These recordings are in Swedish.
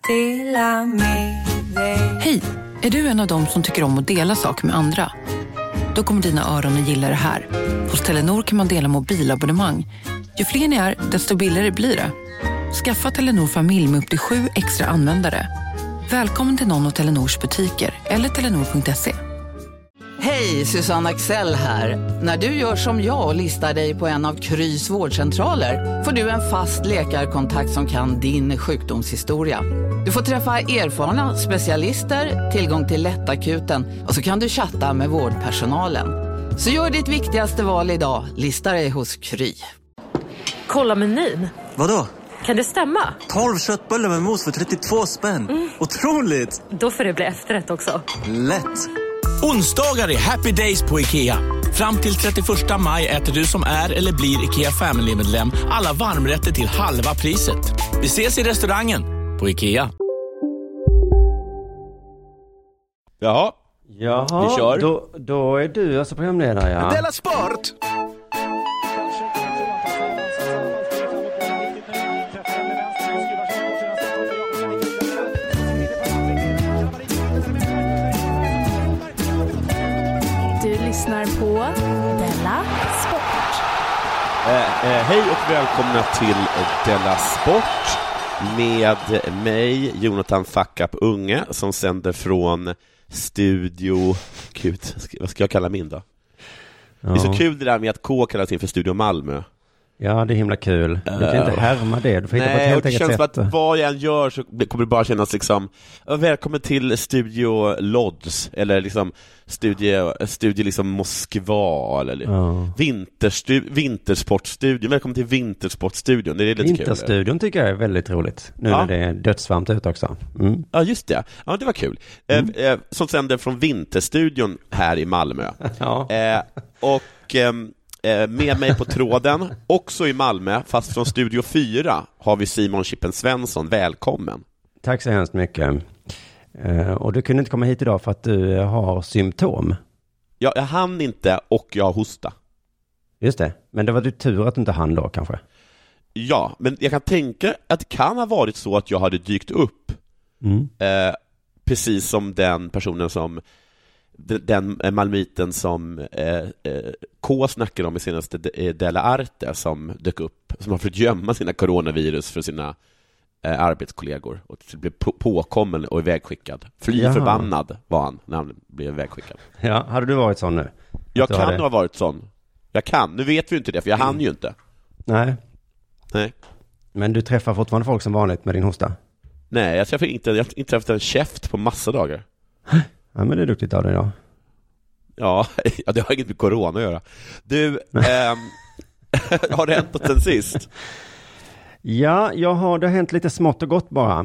Hej, är du en av dem som tycker om att dela saker med andra? Då kommer dina öron att gilla det här. Hos Telenor kan man dela mobilabonnemang. Ju fler ni är, desto billigare blir det. Skaffa Telenor familj med upp till 7 extra användare. Välkommen till någon av Telenors butiker eller telenor.se. Hej, Susanne Axel här. När du gör som jag och listar dig på en av Krys vårdcentraler får du en fast läkarkontakt som kan din sjukdomshistoria. Du får träffa erfarna specialister, tillgång till lättakuten och så kan du chatta med vårdpersonalen. Så gör ditt viktigaste val idag, lista dig hos Kry. Kolla menyn. Vadå? Kan det stämma? 12 köttbullar med mos för 32 spänn. Otroligt! Då får det bli efterrätt också. Lätt! Onsdagar är happy days på IKEA. Fram till 31 maj äter du som är eller blir IKEA Family-medlem alla varmrätter till halva priset. Vi ses i restaurangen på IKEA. Jaha, vi kör. Då är du alltså programledare, ja. Della Sport! Du lyssnar på Della Sport. Hej och välkomna till Della Sport med mig, Jonathan Fuck Up Unge, som sänder från studio... Gud, vad ska jag kalla min då? Ja. Det är så kul det där med att K kallas in för Studio Malmö. Ja, det är himla kul. Du kan inte härma det. Du får hitta på ett helt eget sätt. Det känns som att vad jag än gör så kommer det bara kännas liksom välkommen till Studio Lodz eller liksom studio liksom Moskva eller Vintersportstudion. Välkommen till Vintersportstudion. Det är lite Vinterstudion kul. Tycker jag är väldigt roligt. Nu när det är dödsvarmt ut också. Mm. Ja, just det. Ja, det var kul. Som sänder från Vinterstudion här i Malmö. Ja. Med mig på tråden, också i Malmö, fast från Studio 4 har vi Simon Chippen Svensson. Välkommen. Tack så hemskt mycket. Och du kunde inte komma hit idag för att du har symptom. Ja, jag hann inte och jag har hosta. Just det, men det var du tur att du inte hann då kanske. Ja, men jag kan tänka att det kan ha varit så att jag hade dykt upp precis som den personen som den malmiten som K snackade om i senaste Della Arte, som dök upp, som har fått gömma sina coronavirus för sina arbetskollegor och blev påkommen och ivägskickad. Förbannad var han när han blev ivägskickad. Ja, hade du varit sån nu? Jag kan ha varit sån. Jag kan. Nu vet vi inte det, för jag hann ju inte. Nej. Nej. Men du träffar fortfarande folk som vanligt med din hosta? Nej, jag har inte träffat en käft på massa dagar. Ja, men det är duktigt av dig då. Ja, det har inget med corona att göra. Du, har det hänt något sen sist? Ja, det har hänt lite smått och gott bara.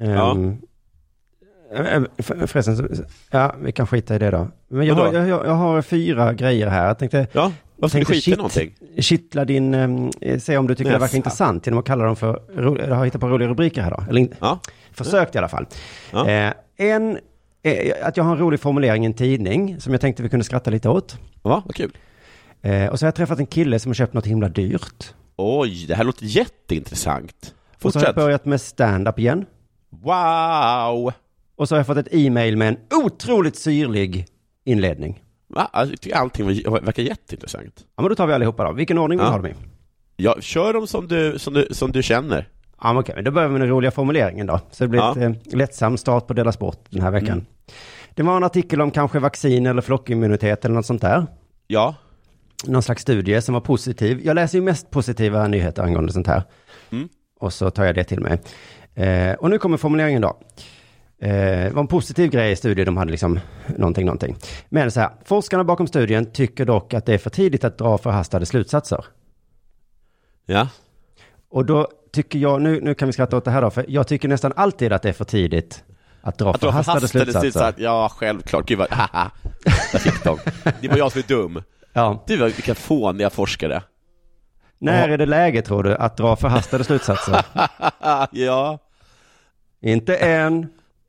Förresten, ja, vi kan skita i det då. Men jag har 4 grejer här. Jag tänkte, vad ska du skita i någonting? Kittla din, se om du tycker det verkar intressant genom att kalla dem för, jag har hittat på roliga rubriker här då. Eller försökt i alla fall. Ja. Att jag har en rolig formulering i en tidning som jag tänkte vi kunde skratta lite åt. Ja, vad kul. Och så har jag träffat en kille som har köpt något himla dyrt. Oj, det här låter jätteintressant. Fortsätt. Och så har jag börjat med stand-up igen. Wow! Och så har jag fått ett e-mail med en otroligt syrlig inledning. Va? Jag tycker allting verkar jätteintressant. Ja, men då tar vi allihopa då. Vilken ordning vill du ha dem i? Ja, kör dem som du känner. Ja, men okej. Men då börjar vi med den roliga formuleringen då. Så det blir ett lättsam start på Della Sport den här veckan. Det var en artikel om kanske vaccin eller flockimmunitet eller något sånt där. Ja. Någon slags studie som var positiv. Jag läser ju mest positiva nyheter angående sånt här. Och så tar jag det till mig. Och nu kommer formuleringen då. Det var en positiv grej i studien. De hade liksom någonting. Men så här. Forskarna bakom studien tycker dock att det är för tidigt att dra förhastade slutsatser. Ja. Och då tycker jag, nu kan vi skratta åt det här då. För jag tycker nästan alltid att det är för tidigt att dra förhastade slutsatser. Ja, självklart. Gud vad, där fick de. Det var jag som är dum. Ja. Du var vilka fåniga forskare. När är det läge, tror du, att dra förhastade slutsatser? Ja. Inte än.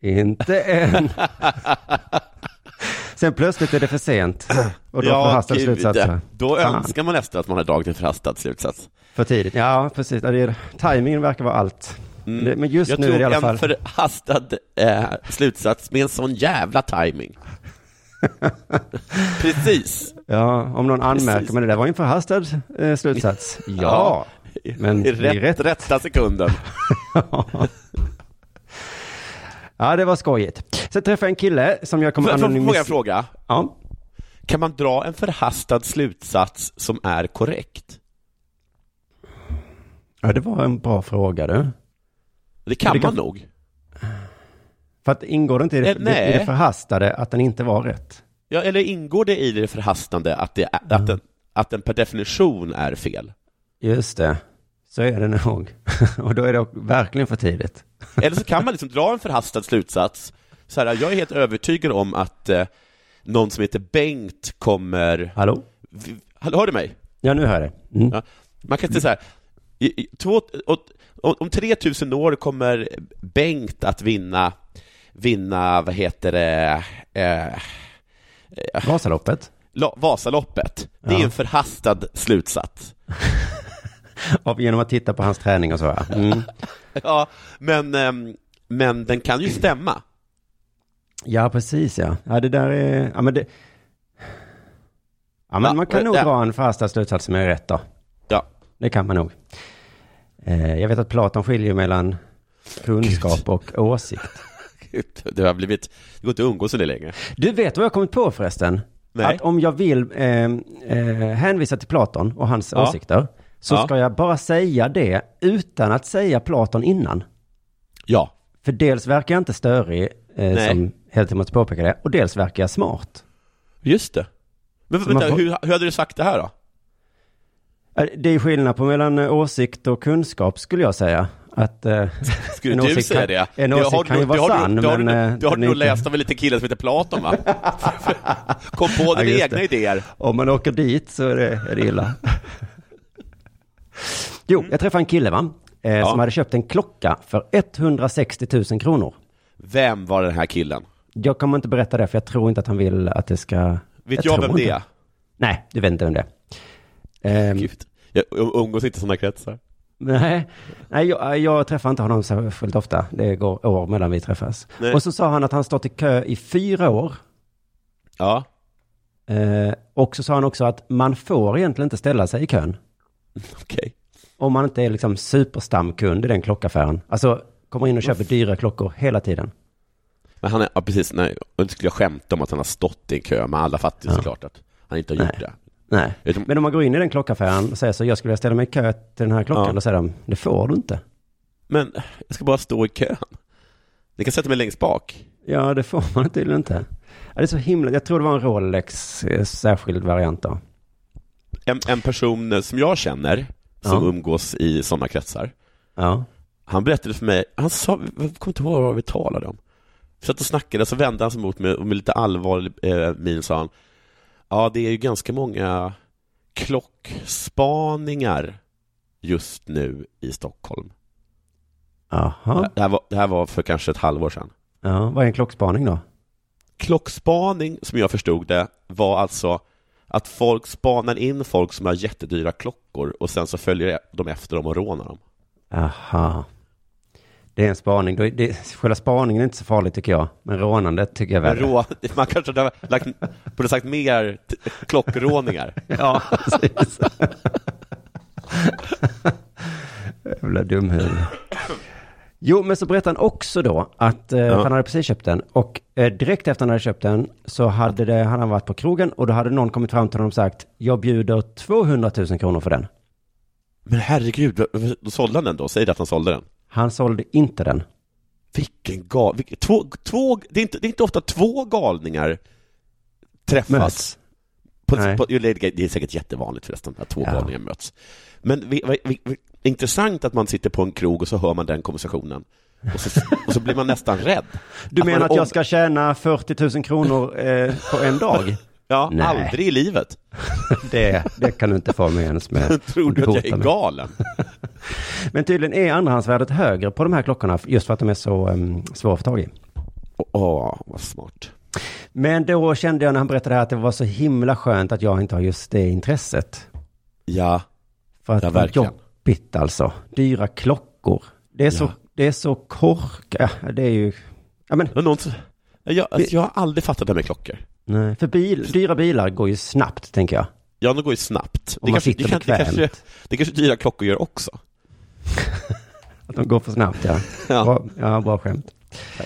Sen plötsligt är det för sent. Och då förhastade slutsatser. Då önskar man nästan att man har dragit en förhastad slutsats. För tidigt. Ja, precis. Timingen verkar vara allt. Men just jag nu är det i alla fall... en förhastad slutsats med en sån jävla timing. Precis. Ja, om någon anmärker, Precis. men det där var en förhastad slutsats. Ja, men i rätta sekunden. Ja, det var skojigt. Så träffade jag en kille som jag kommer Får jag fråga? Ja. Kan man dra en förhastad slutsats som är korrekt? Ja, det var en bra fråga du. Det kan man nog. För att ingår det inte i det förhastade att den inte var rätt? Ja, eller ingår det i det förhastande att den per definition är fel? Just det. Så är det nog. Och då är det verkligen för tidigt. Eller så kan man liksom dra en förhastad slutsats. Så här, jag är helt övertygad om att någon som heter Bengt kommer... Hallå? Hör du mig? Ja, nu hör jag det. Mm. Ja. Man kan säga så här... Om 3000 år kommer Bengt att vinna vad heter det? Vasaloppet? Vasaloppet. Det är en förhastad slutsats. Genom att titta på hans träning och så. Ja, men den kan ju stämma. Ja, precis, ja. Ja, det där är... Ja, men det... Ja, men man kan nog dra en förhastad slutsats som är rätt då. Ja. Det kan man nog. Jag vet att Platon skiljer mellan kunskap och åsikt. Det går inte att umgås så länge. Du vet vad jag har kommit på förresten? Nej. Att om jag vill hänvisa till Platon och hans åsikter så ska jag bara säga det utan att säga Platon innan. Ja. För dels verkar jag inte störig som helt måste påpeka det, och dels verkar jag smart. Just det. Men vänta, hur hade du sagt det här då? Det är skillnad på mellan åsikt och kunskap, skulle jag säga. Att, skulle du säga det? En åsikt kan ju vara sann. Du har nog läst av en liten kille som heter Platon, va? Kom på dina egna idéer. Om man åker dit så är det illa. Jo, jag träffade en kille som hade köpt en klocka för 160 000 kronor. Vem var den här killen? Jag kommer inte berätta det, för jag tror inte att han vill att det ska... Vet jag vem det är? Nej, du vet inte vem det är. Jag umgås inte sådana kretsar. Nej, jag träffar inte honom så fullt ofta. Det går år mellan vi träffas. Nej. Och så sa han att han stått i kö i 4 år. Ja. Och så sa han också att man får egentligen inte ställa sig i kön. Okej. Om man inte är liksom superstamkund i den klockaffären. Alltså, kommer in och köper dyra klockor hela tiden. Men han är, precis, nej, jag skulle skämta om att han har stått i en kö, men alla fattar såklart att han inte har gjort det. Nej, men om man går in i den klockaffären och säger så, jag skulle vilja ställa mig i kö till den här klockan, då säger de, det får du inte. Men jag ska bara stå i kön. Ni kan sätta mig längst bak. Ja, det får man tydligen inte. Ja, det är så himla, jag tror det var en Rolex särskild variant då. En person som jag känner, som umgås i sådana kretsar, han berättade för mig, han sa, jag kommer inte ihåg vad vi talade om. Så att och snackade, så vände han sig mot mig och med lite allvarlig min sa han, ja, det är ju ganska många klockspaningar just nu i Stockholm. Aha. Det här var för kanske ett halvår sedan. Ja, vad är en klockspaning då? Klockspaning, som jag förstod det, var alltså att folk spanar in folk som har jättedyra klockor och sen så följer de efter dem och rånar dem. Aha. Det är en spaning. Själva spaningen är inte så farligt tycker jag. Men rånandet tycker jag är värre. Man kanske borde sagt mer klockråningar. Ja, precis. Jävla dumhuvud. Jo, men så berättade han också då att han hade precis köpt den. Och direkt efter han hade köpt den så hade han varit på krogen och då hade någon kommit fram till honom och sagt, jag bjuder 200 000 kronor för den. Men herregud, då sålde han den då? Säg att han sålde den. Han sålde inte den. Vilken det är inte ofta 2 galningar träffas. Det är säkert jättevanligt förresten att 2 galningar möts. Men intressant att man sitter på en krog och så hör man den konversationen. Och så blir man nästan rädd. Du menar att jag ska tjäna 40 000 kronor på en dag? Ja, nej. Aldrig i livet. det kan du inte få med ens med. Tror du att jag är galen? Men tydligen är andrahandsvärdet högre på de här klockorna just för att de är så svåra att få tag i. Vad smart. Men då kände jag när han berättade att det var så himla skönt att jag inte har just det intresset. Ja. För att det var jobbigt alltså. Dyra klockor. Det är så Det är så det är ju... Ja, men... Jag har aldrig fattat det med klockor. Nej, för dyra bilar går ju snabbt, tänker jag. Ja, de går ju snabbt. Och Det kanske dyra klockor gör också. Att de går för snabbt, ja. Bra skämt.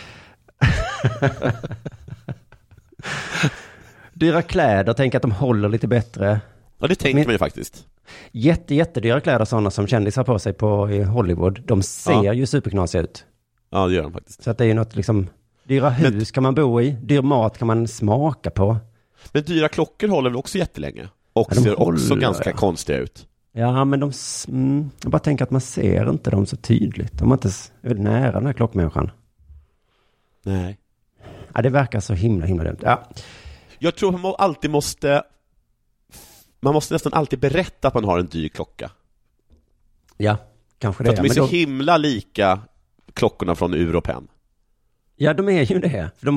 Dyra kläder, tänk att de håller lite bättre. Ja, det tänker man ju faktiskt. Jättedyra kläder, sådana som kändisar på sig i Hollywood, de ser ju superknasiga ut. Ja, det gör de faktiskt. Så att det är ju något liksom, dyra hus kan man bo i, dyr mat kan man smaka på. Men dyra klockor håller väl också jättelänge? Och ser också ganska konstiga ut. Ja, men jag bara tänker att man ser inte dem så tydligt. De är inte nära den här klockmänniskan. Nej. Ja, det verkar så himla dumt. Ja. Jag tror man måste nästan alltid berätta att man har en dyr klocka. Ja, kanske det. För att de är så himla lika klockorna från Europen. Ja, de är ju det. För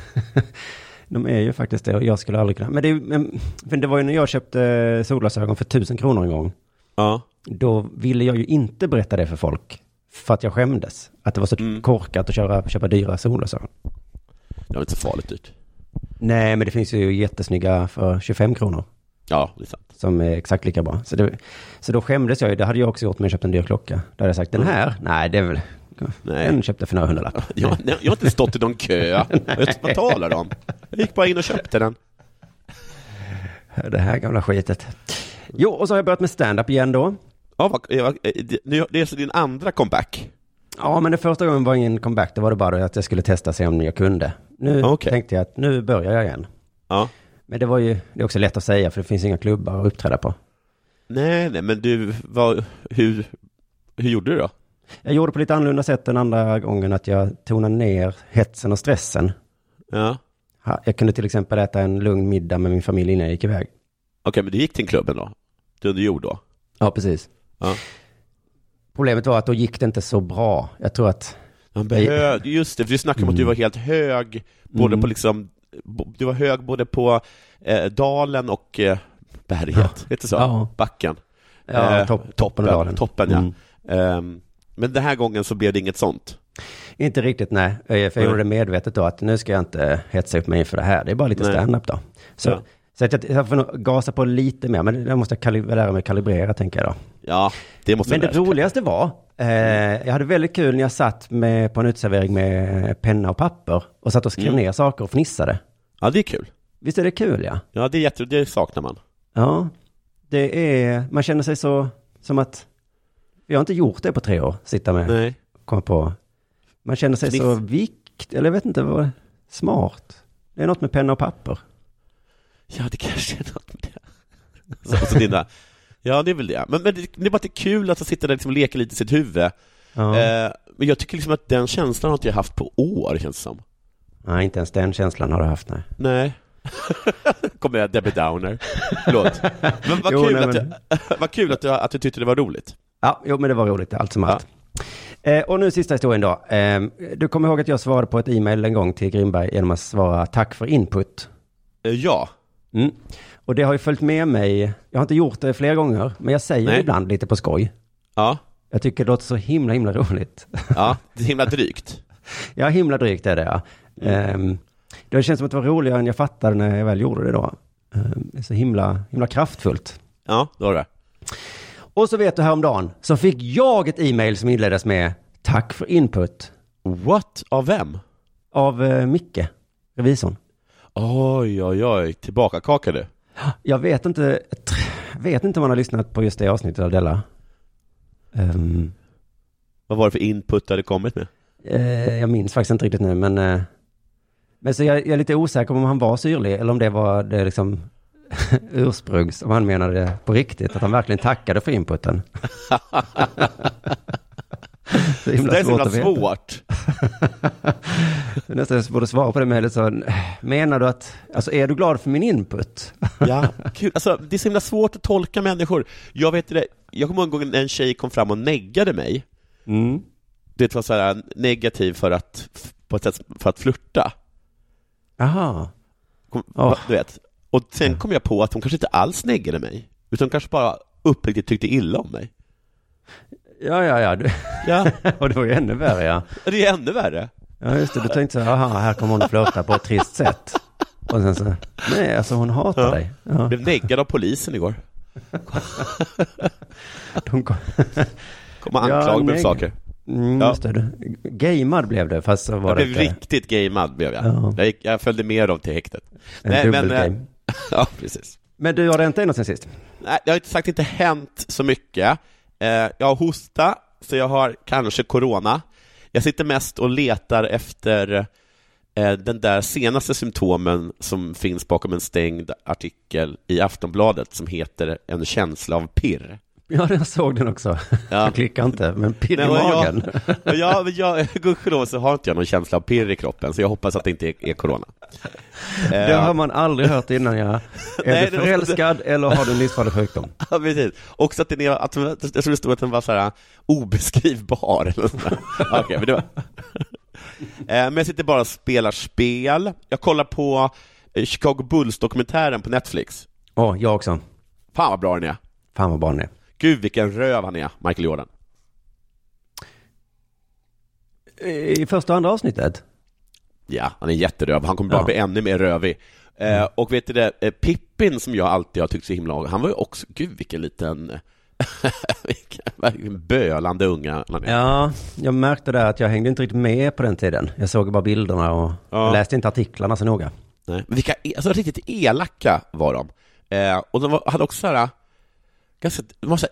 de är ju faktiskt det. Och jag skulle aldrig kunna. Men det var ju när jag köpte solglasögon för 1000 kronor en gång. Ja. Då ville jag ju inte berätta det för folk. För att jag skämdes. Att det var så korkat att köpa dyra solglasögon. Det var inte så farligt dyrt. Nej, men det finns ju jättesnygga för 25 kronor. Ja, det är sant. Som är exakt lika bra. Så då skämdes jag ju. Det hade jag också gjort med att köpa en dyr klocka. Då hade jag sagt, den här? Nej, det är väl... Den köpte för några hundralappar. Jag har inte stått i någon kö. Vad talar de om? Jag gick bara in och köpte den. Det här gamla skitet. Jo, och så har jag börjat med stand-up igen då. Ja, det är din andra comeback. Ja, men det första gången var ingen comeback. Det var det bara att jag skulle testa sig om jag kunde. Nu tänkte jag att nu börjar jag igen. Ja. Men det är också lätt att säga för det finns inga klubbar att uppträda på. Nej, men hur gjorde du då? Jag gjorde på lite annorlunda sätt den andra gången att jag tonade ner hetsen och stressen. Ja. Jag kunde till exempel äta en lugn middag med min familj innan jag gick iväg. Okej, men du gick till klubben då? Du under jord då? Ja, precis. Ja. Problemet var att då gick det inte så bra. Jag tror att... Just det, för vi snackade om att du var helt hög. Både på liksom... Du var hög både på dalen och berget. Vet du så? Ja. Backen. Ja, toppen och dalen. Toppen, ja. Men den här gången så blev det inget sånt. Inte riktigt, nej. För jag gjorde det medvetet då att nu ska jag inte hetsa upp mig för det här. Det är bara lite stand-up då. Så att jag får nog gasa på lite mer. Men det måste jag lära mig kalibrera, tänker jag då. Ja, det måste. Men det roligaste var, jag hade väldigt kul när jag satt på en utservering med penna och papper. Och satt och skrev ner saker och fnissade. Ja, det är kul. Visst är det kul, ja? Ja, det saknar man. Ja, man känner sig så som att jag har inte gjort det på 3 år. Sitta med. Nej. Komma på. Man känner sig så eller jag vet inte vad smart. Det är något med penna och papper. Ja, det kanske är något med det. Ja, det är väl det. Men det är bara kul att sitta där liksom och leka lite i sitt huvud. Ja. Men jag tycker liksom att den känslan har inte jag haft på år, känns det som. Nej, inte ens den känslan har du haft, nej. Kommer jag Debbie Downer. Förlåt. Men vad kul att du tyckte det var roligt. Ja, men det var roligt, allt som allt. Och nu sista historien då. Du kommer ihåg att jag svarade på ett e-mail en gång till Grimberg genom att svara tack för input. Ja. Och det har ju följt med mig. Jag har inte gjort det flera gånger, men jag säger det ibland lite på skoj. Ja. Jag tycker det låter så himla roligt. Ja, det är himla drygt. Ja, himla drygt är det, ja. Det känns som att det var roligare än jag fattade när jag väl gjorde det då. Det är så himla kraftfullt. Ja, det var det. Och så vet du, häromdagen så fick jag ett e-mail som inleddes med tack för input. What? Av vem? Av Micke, revisorn. Oj, tillbaka kakar du. Jag vet inte om man har lyssnat på just det avsnittet av Della. Vad var det för input du hade kommit med? Jag minns faktiskt inte riktigt nu, men så jag är lite osäker om han var syrlig eller om det var det liksom ursprungs, om han menade det på riktigt, att han verkligen tackade för inputen. Det är så svårt. Nästan jag borde svara på det mejlet. Så menar du att, alltså, är du glad för min input? Ja, kul. Alltså, det är så himla svårt att tolka människor. Jag vet det. Jag kommer ihåg en gång en tjej kom fram och neggade mig. Det var så här negativ för att flirta. Aha. Du vet. Och sen kom jag på att hon kanske inte alls neggade mig, utan kanske bara uppriktigt tyckte illa om mig. Ja. Ja. Och det var ju ännu värre, ja. Det är ännu värre. Ja, just det. Du tänkte så här, aha, här kommer hon att flörta på ett trist sätt. Och sen så, nej, alltså hon hatar dig. Ja. Jag blev neggad av polisen igår. De kom anklagade med saker. Just det. Gamead blev det, fast så var jag det blev riktigt gamead blev jag. Ja. Jag följde med dem till häktet. Dubbelgame. Ja, precis. Men du, har det inte något sen sist? Nej, det har sagt inte hänt så mycket. Jag har hosta, så jag har kanske corona. Jag sitter mest och letar efter den där senaste symptomen som finns bakom en stängd artikel i Aftonbladet som heter en känsla av pirr. Ja, jag såg den också. Ja. Jag klickar inte, men pirr i magen. Gudskelov så har inte jag någon känsla av pirr i kroppen, så jag hoppas att det inte är corona. Det har man aldrig hört innan. Är du förälskad eller har du en livsfarlig sjukdom? Ja, precis. Också att jag tror det stod att den var så här obeskrivbar eller så. Okej, men det var... Men jag sitter bara och spelar spel. Jag kollar på Chicago Bulls-dokumentären på Netflix. Jag också. Fan vad bra den är. Fan vad bra den är. Gud vilken röv han är, Michael Jordan. I första och andra avsnittet? Ja, han är jätteröv. Han kommer bara bli ännu mer rövig. Och vet du det, Pippin som jag alltid har tyckt så himla, han var ju också, gud vilken liten vilken bölande unga han är. Ja, jag märkte där att jag hängde inte riktigt med på den tiden. Jag såg bara bilderna och läste inte artiklarna så noga. Nej, men vilka, alltså riktigt elaka var de. Och de hade också så här ganska,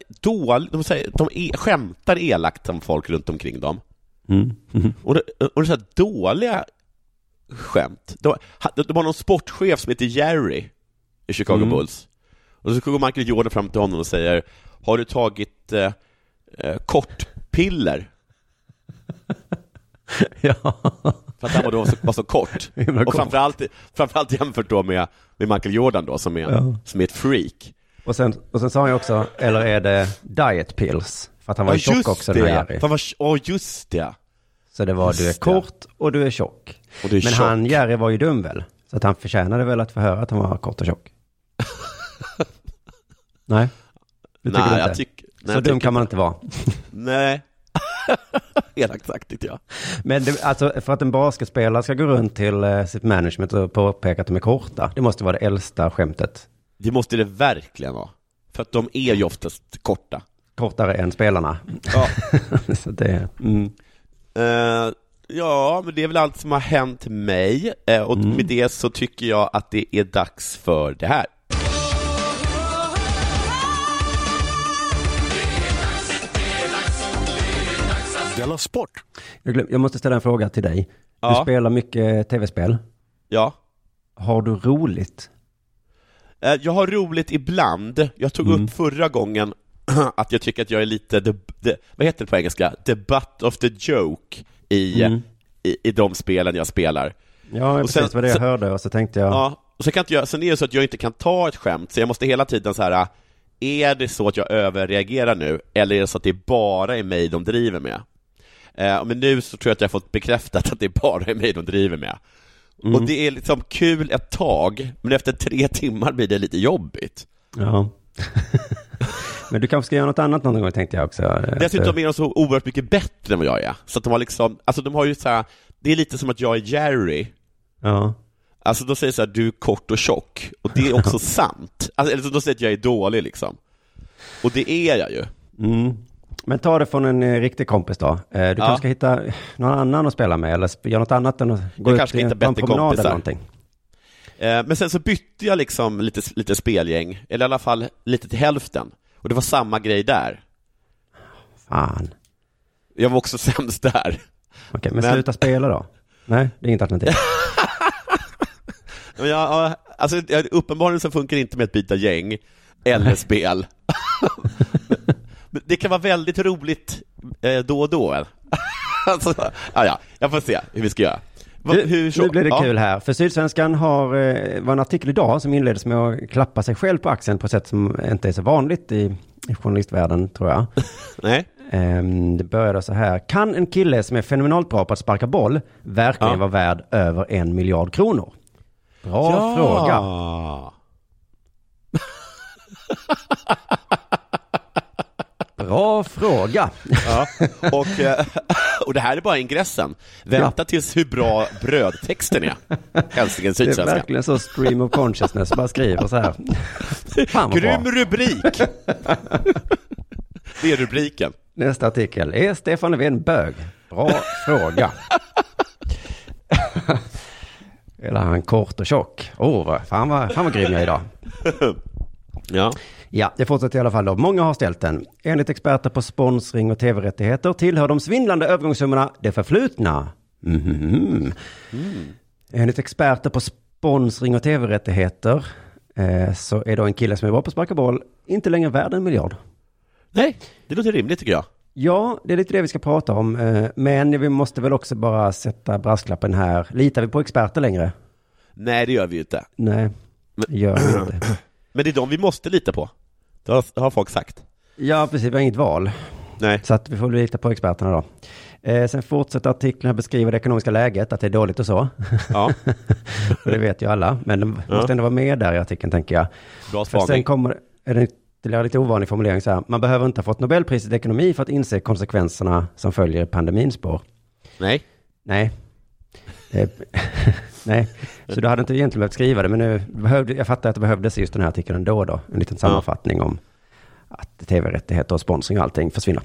de skämtar elakt om folk runt omkring dem. Och det är så här dåliga skämt. De har någon sportchef som heter Jerry i Chicago Bulls. Och så går Michael Jordan fram till honom och säger: har du tagit kortpiller? Ja. För att han var så kort. Och framförallt jämfört då med Michael Jordan då, som är ett freak. Och sen sa han ju också, eller är det diet pills? För att han var tjock också, den här Jerry. Just det. Så det var, du är kort och du är tjock. Men han, Jerry, var ju dum väl? Så att han förtjänade väl att få höra att han var kort och tjock. Nej. Så dum kan man inte vara. Nej. Helt sagt tyckte jag. Men alltså, för att en basketspelare ska gå runt till sitt management och påpeka att de är korta, det måste vara det äldsta skämtet. Det måste det verkligen vara. För att de är ju oftast korta. Kortare än spelarna. Ja. Så det... ja, men det är väl allt som har hänt mig. Och med det så tycker jag att det är dags för det här. Della Sport. Jag måste ställa en fråga till dig. Du spelar mycket tv-spel. Ja. Har du roligt? Jag har roligt ibland. Jag tog upp förra gången att jag tycker att jag är lite vad heter det på engelska? The butt of the joke i de spelen jag spelar. Ja, precis vad det jag hörde, och så tänkte jag... Ja, och så kan inte jag, sen är det så att jag inte kan ta ett skämt, så jag måste hela tiden så här: är det så att jag överreagerar nu, eller är det så att det bara är mig de driver med? Men nu så tror jag att jag har fått bekräftat att det bara är mig de driver med. Och det är liksom kul ett tag, men efter 3 timmar blir det lite jobbigt. Ja. Men du kanske ska göra något annat någon gång, tänkte jag också. Dessutom är de så oerhört mycket bättre än vad jag är. Så att de har liksom, alltså de har ju så här, det är lite som att jag är Jerry. Ja. Alltså de säger så här: du är kort och tjock. Och det är också sant. Alltså, eller så de säger att jag är dålig liksom. Och det är jag ju. Men ta det från en riktig kompis då. Du kanske ska hitta någon annan att spela med, eller göra något annat än att gå ut till en promenad eller någonting. Men sen så bytte jag liksom lite spelgäng, eller i alla fall lite till hälften. Och det var samma grej där. Fan. Jag var också sämst där. Okej, men sluta spela då. Nej, det är inget alternativ. Alltså, uppenbarligen så funkar det inte med att byta gäng eller spel. Men det kan vara väldigt roligt då och då. Alltså, jag får se hur vi ska göra. Nu blir det kul här. För Sydsvenskan var en artikel idag som inleddes med att klappa sig själv på axeln på ett sätt som inte är så vanligt i journalistvärlden, tror jag. Nej. Det började så här: kan en kille som är fenomenalt bra på att sparka boll verkligen vara värd över 1 miljard kronor? Bra fråga. Bra fråga. Ja. Och det här är bara ingressen. Vänta tills hur bra brödtexten är. Hälsningen Det är Sydsvenskan. verkligen så stream of consciousness. Bara skriver så här. Fan vad Grym bra. rubrik. Det är rubriken. Nästa artikel. Är Stefan Löfven bög? Bra fråga. Eller han kort och tjock. Fan vad grym jag är idag. Ja. Ja, det fortsätter i alla fall då. Många har ställt den. Enligt experter på sponsring och tv-rättigheter tillhör de svindlande övergångssummorna det förflutna. Enligt experter på sponsring och tv-rättigheter så är då en kille som är bra på att sparka boll inte längre värd 1 miljard. Nej, det låter rimligt tycker jag. Ja, det är lite det vi ska prata om. Men vi måste väl också bara sätta brasklappen här. Litar vi på experter längre? Nej, det gör vi ju inte. Nej, det gör vi inte. Men det är de vi måste lita på. Det har folk sagt. Ja, precis. Vi har inget val. Nej. Så att vi får lita på experterna då. Sen fortsätter artiklarna beskriva det ekonomiska läget, att det är dåligt och så. Ja. Och det vet ju alla. Men de måste ändå vara med där i artikeln, tänker jag. Bra För spaning. sen kommer det ytterligare lite ovanlig formulering så här. Man behöver inte ha fått Nobelpriset i ekonomi för att inse konsekvenserna som följer pandemins spår. Nej. Nej. Nej. Så du hade inte egentligen behövt skriva det, men nu jag fattar att det behövdes just den här artikeln ändå då. En liten sammanfattning om att tv-rättigheter och sponsring och allting försvinner.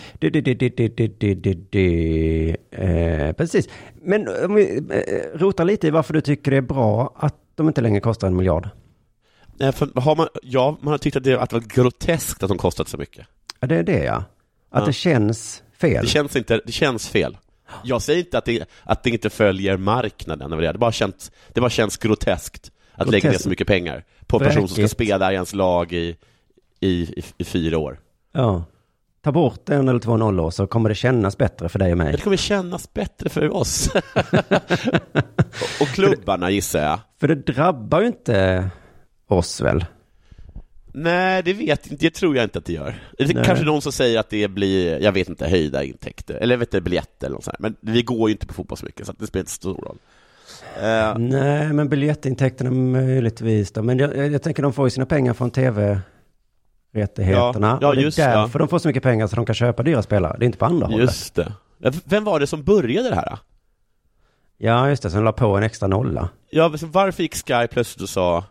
Precis. Men om vi rotar lite i varför du tycker det är bra att de inte längre kostar 1 miljard. För man har tyckt att det var groteskt att de kostat så mycket. Ja, det är det, ja. Att det känns fel. Det känns fel. Jag säger inte att det inte följer marknaden. Det bara känns groteskt att lägga ner så mycket pengar på en person som ska spela i ens lag i 4 år. Ja. Ta bort 1 eller 2 nollor så kommer det kännas bättre för dig och mig. Det kommer kännas bättre för oss. och klubbarna gissar jag. För det drabbar ju inte oss väl? Nej, det tror jag inte att det gör. Det är kanske någon som säger att det blir, jag vet inte, höjda intäkter. Eller vet inte, biljetter eller något sånt. Men vi går ju inte på fotboll så mycket så att det spelar inte stor roll. Nej, men biljettintäkterna möjligtvis då. Men jag tänker de får ju sina pengar från tv-rättigheterna. Ja, och det är just därför de får så mycket pengar så de kan köpa dyra spelare. Det är inte på andra hållet. Just det. Vem var det som började det här då? Ja, just det. Som la på en extra nolla. Ja, varför gick Sky plötsligt och sa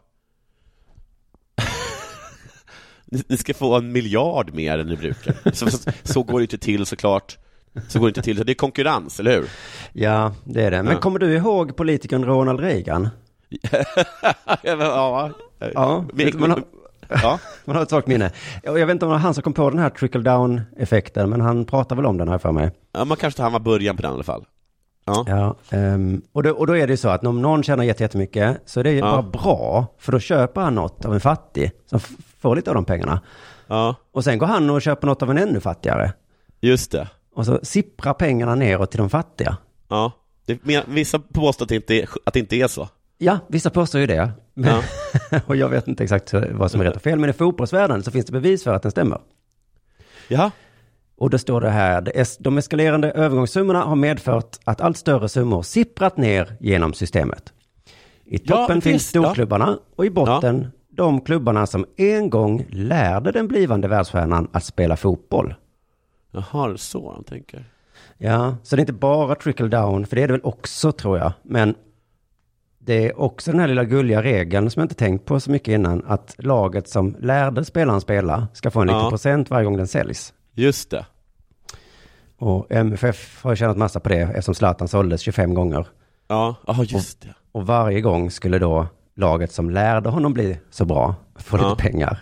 ni ska få 1 miljard mer än ni brukar. Så går det inte till såklart. Så går det inte till. Det är konkurrens, eller hur? Ja, det är det. Men kommer du ihåg politikern Ronald Reagan? Ja. Man har ett svagt minne. Jag vet inte om det var han som kom på den här trickle-down-effekten, men han pratar väl om den här för mig. Ja, man kanske han var början på den i alla fall. Ja, och då är det ju så att om någon tjänar jättemycket så är det ju bara bra, för då köper han något av en fattig som får lite av de pengarna. Ja. Och sen går han och köper något av en ännu fattigare. Just det. Och så sipprar pengarna neråt till de fattiga. Ja, vissa påstår att det inte är så. Ja, vissa påstår ju det. Men, och jag vet inte exakt vad som är rätt och fel, men i fotbollsvärlden så finns det bevis för att den stämmer. Ja. Och då står det här, de eskalerande övergångssummorna har medfört att allt större summor sipprat ner genom systemet. I toppen finns storklubbarna och i botten de klubbarna som en gång lärde den blivande världsstjärnan att spela fotboll. Jaha, så han tänker. Ja, så det är inte bara trickle down, för det är det väl också tror jag. Men det är också den här lilla gulliga regeln som jag inte tänkt på så mycket innan, att laget som lärde spelaren spela ska få en liten procent varje gång den säljs. Just det. Och MFF har tjänat massa på det eftersom Zlatan såldes 25 gånger. Ja, just det. Och varje gång skulle då laget som lärde honom bli så bra få lite pengar.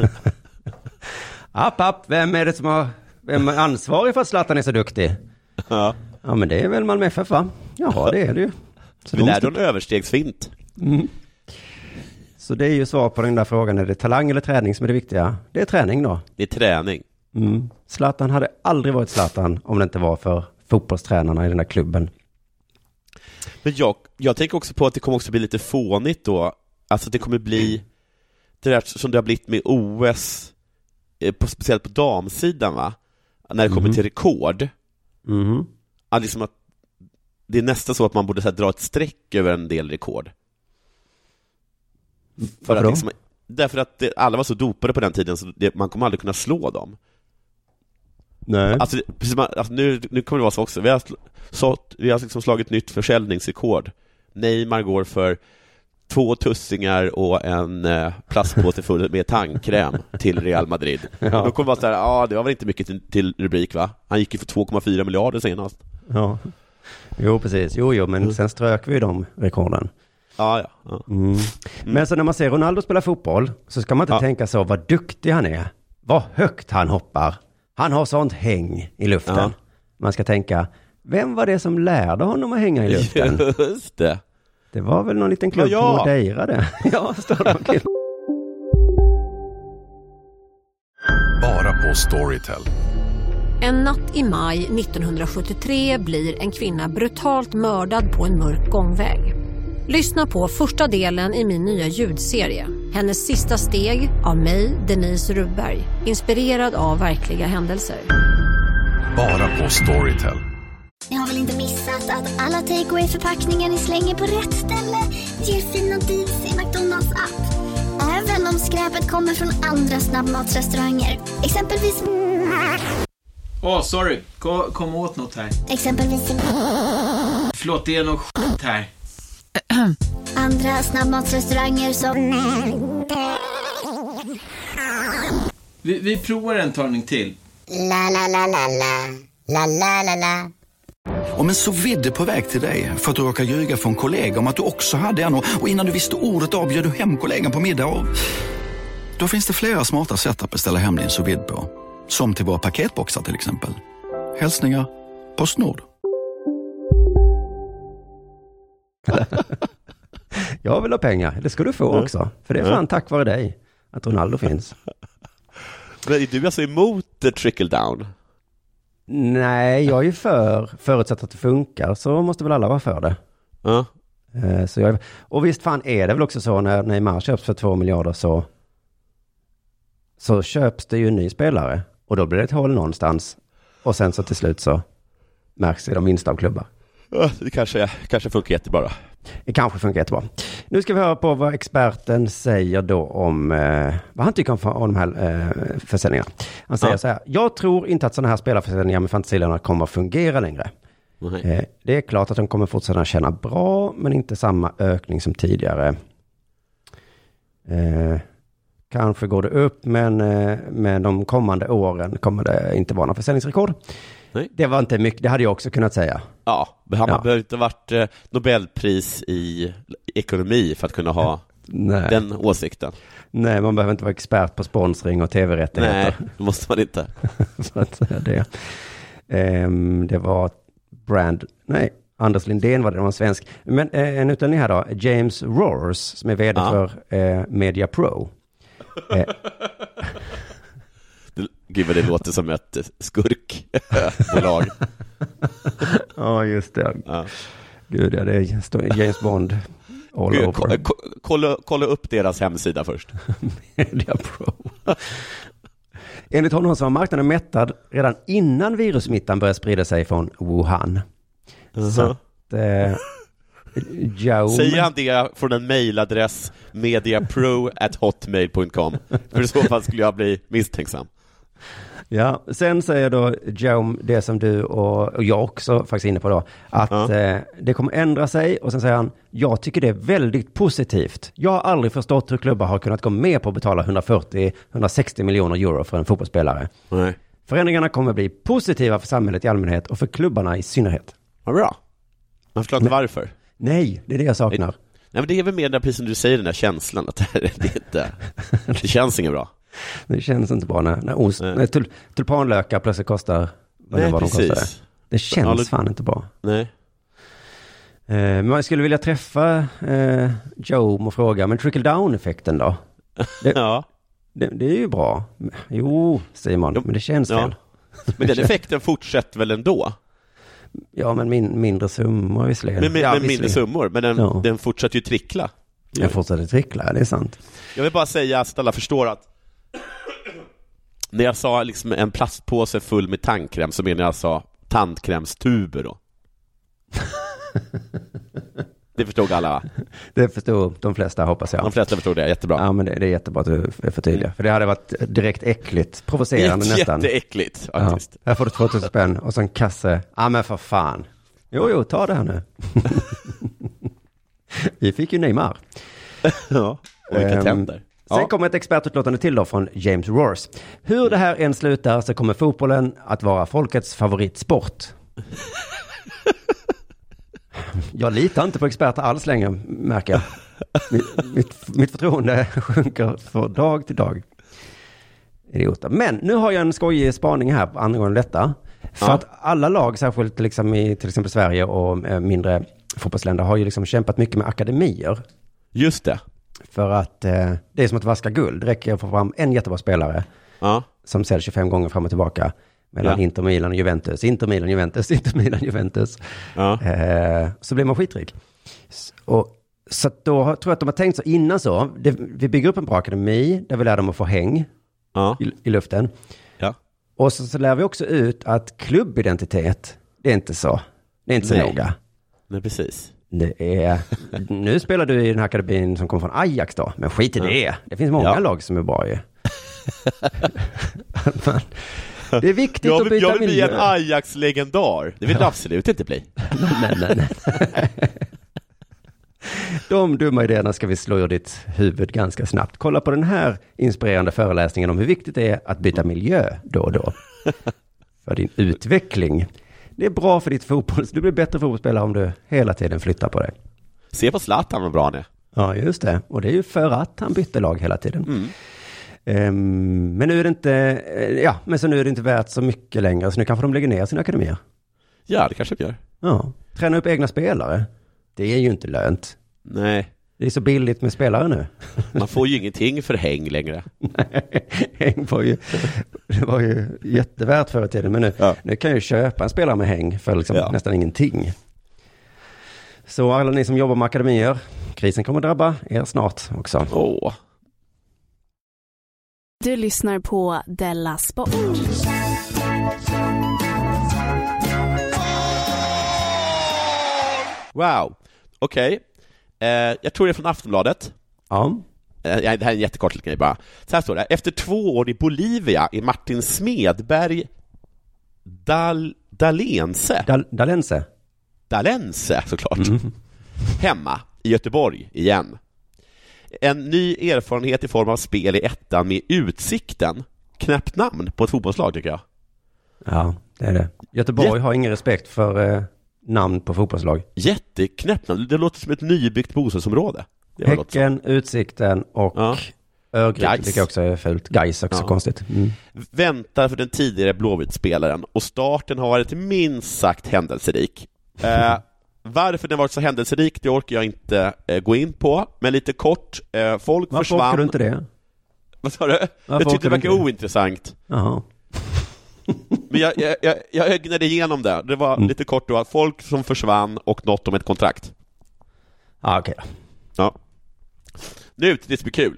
Vem är det som vem är ansvarig för att Zlatan är så duktig? Ja, men det är väl Malmö FF, va? Ja, det är det ju. Så vi lärde en överstegsfint. Så det är ju svar på den där frågan, är det talang eller träning som är det viktiga? Det är träning då. Det är träning. Zlatan hade aldrig varit Zlatan om det inte var för fotbollstränarna i den där klubben. Men jag tänker också på att det kommer också bli lite fånigt då. Alltså det kommer bli det där som det har blivit med OS, speciellt på damsidan, va? När det kommer till rekord. Att liksom att det är nästan så att man borde så här, dra ett streck över en del rekord. För att liksom, därför att alla var så dopade på den tiden så man kommer aldrig kunna slå dem. Nej. Alltså nu kommer det vara så också. Vi har liksom slagit nytt försäljningsrekord. Neymar går för 2 tussingar och en plastpåse full med tandkräm till Real Madrid. Ja. Då kommer man säga, det var väl inte mycket till rubrik, va? Han gick ju för 2,4 miljarder senast. Ja. Jo, precis. Jo, men sen strök vi de rekorden. Ja. Men så när man ser Ronaldo spela fotboll så ska man inte tänka så, vad duktig han är. Vad högt han hoppar. Han har sånt häng i luften. Ja. Man ska tänka, vem var det som lärde honom att hänga i luften? Just det. Det var väl någon liten klubb på Madeira det. Ja, står det okej. Bara på Storytel. En natt i maj 1973 blir en kvinna brutalt mördad på en mörk gångväg. Lyssna på första delen i min nya ljudserie. Hennes sista steg av mig, Denise Rubberg. Inspirerad av verkliga händelser. Bara på Storytel. Ni har väl inte missat att alla takeaway-förpackningar ni slänger på rätt ställe ger fina deals i McDonalds app. Även om skräpet kommer från andra snabbmatsrestauranger. Exempelvis... sorry. Kom åt något här. Exempelvis... Förlåt, det är något skit här. Andra snabbmatsrestauranger som... Vi provar en talning till. La la la la la. La la la la. Om en sous-vide på väg till dig för att du råkar ljuga för en kollega om att du också hade en och innan du visste ordet av bjöd du hem kollegan på middag och... Då finns det flera smarta sätt att beställa hem din sous-vide på. Som till våra paketboxar till exempel. Hälsningar PostNord. Jag vill ha pengar. Det ska du få också. För det är fan tack vare dig att Ronaldo finns. Men är du alltså emot the trickle down? Nej, jag är ju förutsatt att det funkar så måste väl alla vara för det. Ja. Och visst fan är det väl också så när Neymar köps för 2 miljarder så köps det ju en ny spelare och då blir det ett hål någonstans och sen så till slut så märks det i de minsta av klubbar. Ja, det kanske funkar jättebra. Det kanske funkar jättebra. Nu ska vi höra på vad experten säger då om vad han tycker om de här försäljningarna. Han säger så här: jag tror inte att sådana här spelarförsäljningar med fantasilöner kommer att fungera längre. Det är klart att de kommer fortsätta tjäna bra men inte samma ökning som tidigare. Kanske går det upp men de kommande åren kommer det inte vara någon försäljningsrekord. Nej. Det var inte mycket, det hade jag också kunnat säga. Ja, man behöver inte varit Nobelpris i ekonomi för att kunna ha den åsikten. Nej, man behöver inte vara expert på sponsring och tv-rättigheter. Nej, det måste man inte. Så att säga det. Det var Anders Lindén var det var en svensk. Men en utlänning här då, James Roars som är vd för Media Pro. Gud vad det låter som ett skurkbolag. Ja, just det. Ja. Gud, det står James Bond all over. Kolla upp deras hemsida först. Media Pro. Enligt honom så var marknaden mättad redan innan virussmittan började sprida sig från Wuhan. Så att, säger han det från en mejladress mediapro@hotmail.com? För i så fall skulle jag bli misstänksam. Ja, sen säger då Jaume det som du och jag också faktiskt inne på då, att det kommer ändra sig, och sen säger han, jag tycker det är väldigt positivt. Jag har aldrig förstått hur klubbar har kunnat gå med på att betala 140-160 miljoner euro för en fotbollsspelare. Nej. Förändringarna kommer bli positiva för samhället i allmänhet och för klubbarna i synnerhet. Vad bra. Man förstår inte varför. Nej, det är det jag saknar. Nej, men det är väl mer där, precis som du säger, den där känslan att det känns inget bra. Det känns inte bra när tulpanlökar plötsligt kostar vad de kostar. Det känns fan inte bra. Nej. Men man skulle vilja träffa Joe och fråga, men trickle-down-effekten då? Det är ju bra. Jo, säger man, men det känns fel. Men den effekten fortsätter väl ändå? Ja, men mindre summor visserligen. Mindre summor, men den fortsätter ju trickla. Den fortsätter trickla, det är sant. Jag vill bara säga att alla förstår att när jag sa liksom en plastpåse full med tandkräm så menar jag alltså tandkrämstuber då. Det förstod alla, va? Det förstod de flesta, hoppas jag. De flesta förstod det, jättebra. Ja, men det är jättebra att du är förtydliga. För det hade varit direkt äckligt, provocerande nästan. Jätteäckligt, faktiskt. Ja, här får du 2000 spänn och så en kasse. Ja, men för fan. Jo, ta det här nu. Vi fick ju Neymar. Ja, och vilka tänder. Sen kommer ett expertutlåtande till då från James Roars. Hur det här än slutar så kommer fotbollen att vara folkets favoritsport. Jag litar inte på experter alls längre, märker jag. Mitt förtroende sjunker från dag till dag. Idioter. Men nu har jag en skojig spaning här angående detta. För att alla lag, särskilt liksom i till exempel Sverige och mindre fotbollsländer, har ju liksom kämpat mycket med akademier. Just det. För att det är som att vaska guld. Det räcker att få fram en jättebra spelare som säljs 25 gånger fram och tillbaka. Mellan Inter Milan och Juventus. Inter Milan, Juventus. Ja. Så blir man skitrik. Så då tror jag att de har tänkt så innan så. Vi bygger upp en bra akademi där vi lär dem att få häng i luften. Ja. Och så lär vi också ut att klubbidentitet, det är inte så. Det är inte så noga. Nej, precis. Nu spelar du i den här akademin som kommer från Ajax då. Men skit i det. Det finns många lag som är bra ju. Det är viktigt att byta miljö. Jag vill bli en Ajax-legendar. Det vill du absolut inte bli. Nej. De dumma idéerna ska vi slå ur ditt huvud ganska snabbt. Kolla på den här inspirerande föreläsningen om hur viktigt det är att byta miljö då och då. För din utveckling. Det är bra för ditt fotboll. Du blir bättre fotbollsspelare om du hela tiden flyttar på dig. Se på Zlatan vad bra han är. Ja, just det. Och det är ju för att han bytte lag hela tiden. Men nu är det inte så nu är det inte värt så mycket längre, så nu kanske de lägger ner sina akademier. Ja, det kanske de gör. Ja, träna upp egna spelare. Det är ju inte lönt. Nej. Det är så billigt med spelare nu. Man får ju ingenting för häng längre. Nej, häng det var ju jättevärt förr i tiden, men nu kan jag ju köpa en spelare med häng för liksom nästan ingenting. Så alla ni som jobbar med akademier, krisen kommer drabba er snart också. Du lyssnar på Della Sport. Wow, okej. Jag tror det är från Aftonbladet. Ja. Det här är en jättekort grej bara. Så här står det. Efter 2 år i Bolivia är Martin Smedberg Dalense såklart. Hemma i Göteborg igen. En ny erfarenhet i form av spel i ettan med Utsikten. Knäppt namn på ett fotbollslag tycker jag. Ja, det är det. Göteborg har ingen respekt för namn på fotbollslag. Jätteknäppt namn. Det låter som ett nybyggt bostadsområde. Häcken, Utsikten och Örgryte tycker jag också är fult. Gais också konstigt. Väntar för den tidigare Blåvitt-spelaren och starten har varit minst sagt händelserik. Varför den varit så händelserik det orkar jag inte gå in på, men lite kort, folk Varför försvann. Varför orkar du inte det? Vad sa du? Jag tyckte det verkar ointressant. Jaha. Men jag ögnade igenom det. Det var lite kort då att folk som försvann och något om ett kontrakt. Okej. Ja. Nu till det som är kul.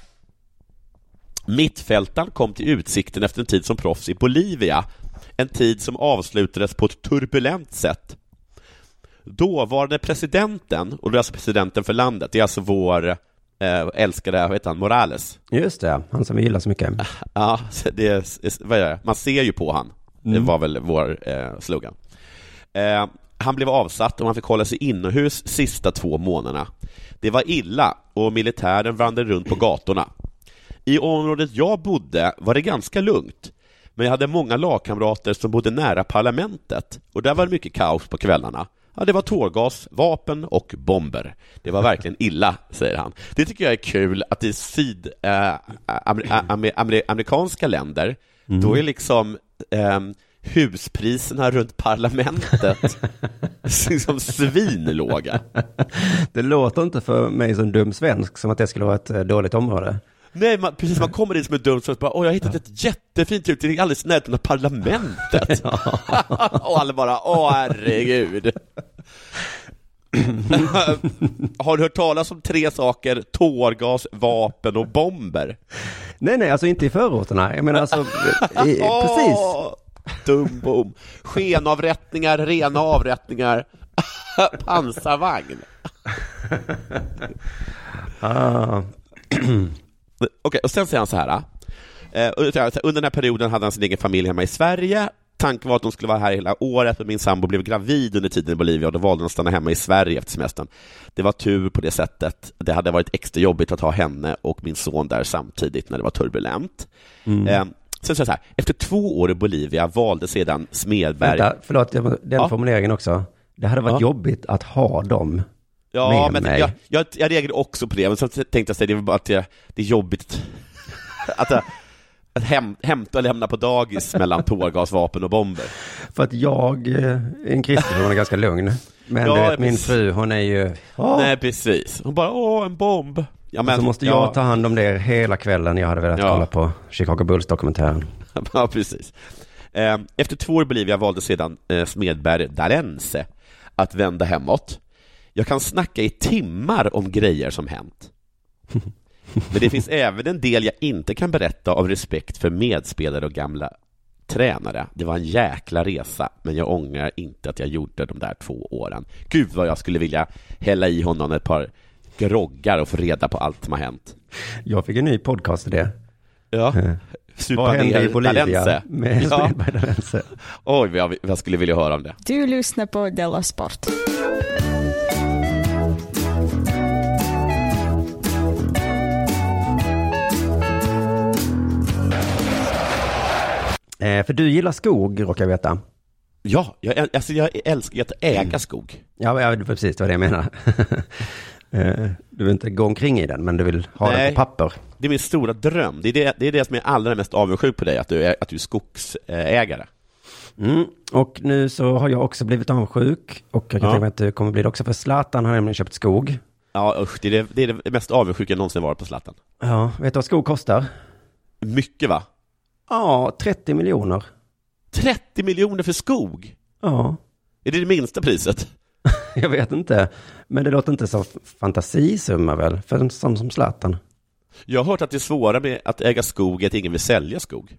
Mittfältaren kom till Utsikten efter en tid som proffs i Bolivia. En tid som avslutades på ett turbulent sätt. Dåvarande presidenten, och det är alltså presidenten för landet, det är alltså vår älskade, vad heter han, Morales. Just det, han som vi gillar så mycket. Ja, vad är det? Man ser ju på han. Det var väl vår slogan. Han blev avsatt och han fick hålla sig inomhus sista 2 månaderna. Det var illa och militären vandrade runt på gatorna. I området jag bodde var det ganska lugnt. Men jag hade många lagkamrater som bodde nära parlamentet. Och där var det mycket kaos på kvällarna. Ja, det var tårgas, vapen och bomber. Det var verkligen illa, säger han. Det tycker jag är kul att i amerikanska länder då är liksom huspriserna runt parlamentet liksom svinlåga. Det låter inte för mig som dum svensk som att det skulle vara ett dåligt område. Nej, man kommer in som en dum svensk och bara, jag har hittat ett jättefint ut, det är alldeles nära parlamentet. Och alla bara, herregud. Har du hört talas om 3 saker? Tårgas, vapen och bomber? Nej, alltså inte i förorterna. Jag menar alltså, precis. Dumbom. Skenavrättningar, rena avrättningar. Pansarvagn. Okej, och sen säger han så här. Under den här perioden hade han sin egen familj hemma i Sverige. Tanken var att de skulle vara här hela året, men min sambo blev gravid under tiden i Bolivia och då valde de att stanna hemma i Sverige efter semestern. Det var tur på det sättet. Det hade varit extra jobbigt att ha henne och min son där samtidigt när det var turbulent. Sen så här, efter 2 år i Bolivia valde sedan Smedberg... Vänta, förlåt, den formuleringen också. Det hade varit jobbigt att ha dem med mig. Jag reagerade också på det, men så tänkte jag säga det är bara att det är jobbigt att hämta och lämna på dagis mellan tårgas, vapen och bomber. För att jag en kristen, hon är ganska lugn. Men du vet, min fru, hon är ju... Nej, precis. Hon bara, en bomb. Ja, men, så måste jag ta hand om det hela kvällen. Jag hade velat kolla på Chicago Bulls-dokumentären. Ja, precis. Efter 2 år i Bolivia valde sedan Smedberg Dalense att vända hemåt. Jag kan snacka i timmar om grejer som hänt. Men det finns även en del jag inte kan berätta av respekt för medspelare och gamla tränare. Det var en jäkla resa, men jag ångrar inte att jag gjorde de där 2 åren. Gud vad jag skulle vilja hälla i honom ett par groggar och få reda på allt som har hänt. Jag fick en ny podcast till det. Ja. Vad hände i Bolivia med Smedberg Dalense? Oj, jag skulle vilja höra om det. Du lyssnar på Della Sport. För du gillar skog, råkar jag veta. Ja, jag älskar att äga skog. Ja, precis vad det jag menar. Du vill inte gå omkring i den, men du vill ha den på papper. Det är min stora dröm. Det är det som är allra mest avundsjuk på dig, att du är skogsägare. Och nu så har jag också blivit avundsjuk. Och jag kan tänka mig att du kommer bli det också, för Zlatan har nämligen köpt skog. Ja, usch, det är det mest avundsjuka jag någonsin varit på Zlatan. Ja, vet du vad skog kostar? Mycket, va? Ja, 30 miljoner. 30 miljoner för skog? Ja. Är det minsta priset? Jag vet inte. Men det låter inte så fantasisumma väl, för en sån som Zlatan. Jag har hört att det är svårare med att äga skog att ingen vill sälja skog.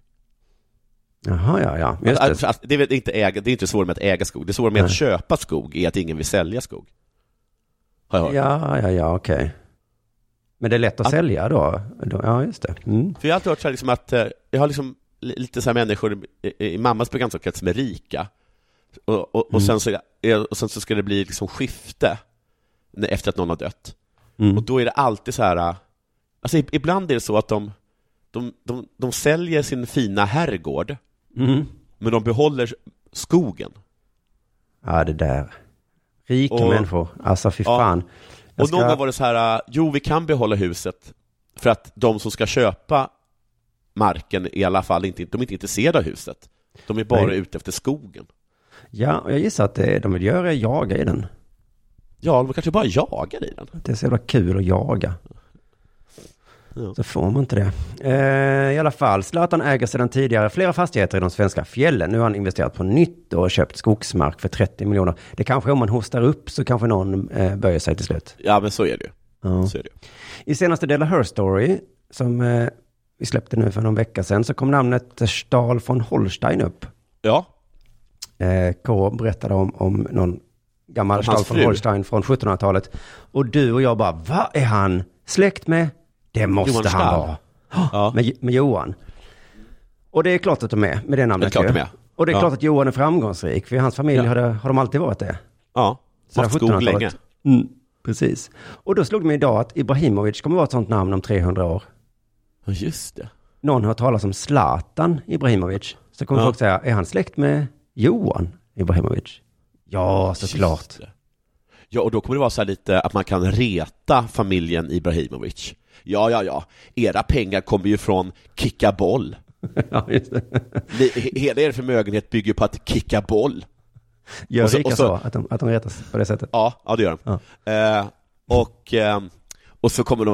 Jaha, ja. Just det. Det är inte svårare med att äga skog. Det är svårare med att köpa skog är att ingen vill sälja skog. Har jag hört. Ja, okej. Men det är lätt att sälja då? Ja, just det. För jag har alltid hört så här liksom att jag har liksom lite så här människor i mammas bekantskapskrets som är rika. Och sen så ska det bli liksom skifte efter att någon har dött. Och då är det alltid så här, alltså ibland är det så att de säljer sin fina herrgård, men de behåller skogen. Ja, det där. Rika människor. Alltså fy fan. Och någon gång var det så här, vi kan behålla huset för att de som ska köpa marken i alla fall de är inte intresserade av huset. De är bara ute efter skogen. Ja, och jag gissar att det de vill göra är jaga i den. Ja, de kanske bara jagar i den. Det är så jävla kul att jaga. Ja. Så får man inte det. I alla fall, Zlatan äger sedan tidigare flera fastigheter i de svenska fjällen. Nu har han investerat på nytt och köpt skogsmark för 30 miljoner. Det kanske, om man hostar upp så kanske någon böjer sig till slut. Ja, men så är det ju. Ja. Så är det. I senaste Della Her Story, som vi släppte nu för någon vecka sedan, så kom namnet Stahl von Holstein upp. Ja. K berättade om någon gammal Stahl von Holstein från 1700-talet. Och du och jag bara, vad är han släkt med? Det måste han vara. Ja. Med Johan. Och det är klart att de är med det namnet. Och det är klart att Johan är framgångsrik. För i hans familj har de alltid varit det. Ja, haft skog länge. Precis. Och då slog det mig idag att Ibrahimovic kommer vara ett sånt namn om 300 år. Ja, just det. Någon har talat om Zlatan Ibrahimovic. Så kommer folk säga, är han släkt med Johan Ibrahimovic? Ja, såklart. Ja, och då kommer det vara så här lite att man kan reta familjen Ibrahimovic. Ja. Era pengar kommer ju från kicka boll. Ja, just det. Hela er förmögenhet bygger på att kicka boll. Gör rika så att de retas på det sättet? Ja, det gör de. Ja. Och så kommer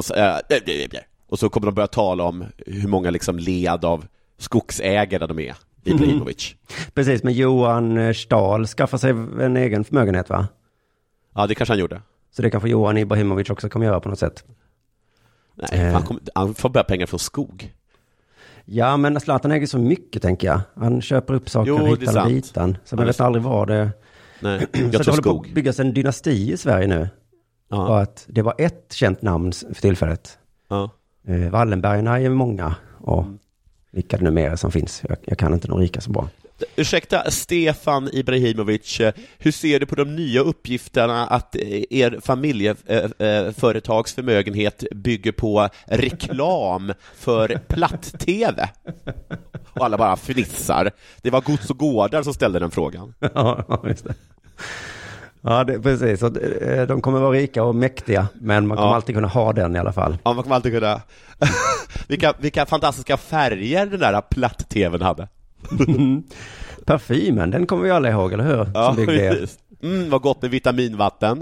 de börja tala om hur många liksom led av skogsägare de är. Ibrahimovic. Precis, men Johan Stahl skaffar sig en egen förmögenhet, va? Ja, det kanske han gjorde. Så det kanske Johan Ibrahimovic också kommer göra på något sätt. Nej, han får bara pengar från skog. Ja, men Zlatan äger så mycket, tänker jag. Han köper upp saker hitan och ditan. Så man vet aldrig vad det... Nej, jag tror det håller på att byggas en dynasti i Sverige nu. var att det var ett känt namn för tillfället. Ja. Wallenbergarna är många och vilka det numera som finns. Jag kan inte de rika så bra. Ursäkta, Stefan Ibrahimovic, hur ser du på de nya uppgifterna att er familjeföretags förmögenhet bygger på reklam för platt-tv? Och alla bara fnissar. Det var Gods och Gårdar som ställde den frågan. Ja, just det. Ja, precis. Så, de kommer vara rika och mäktiga, men man kommer alltid kunna ha den i alla fall. Ja, man kommer alltid kunna... vilka fantastiska färger den där platt-tvn hade. Parfymen, den kommer vi alla ihåg, eller hur? Ja, precis. Vad gott med vitaminvatten.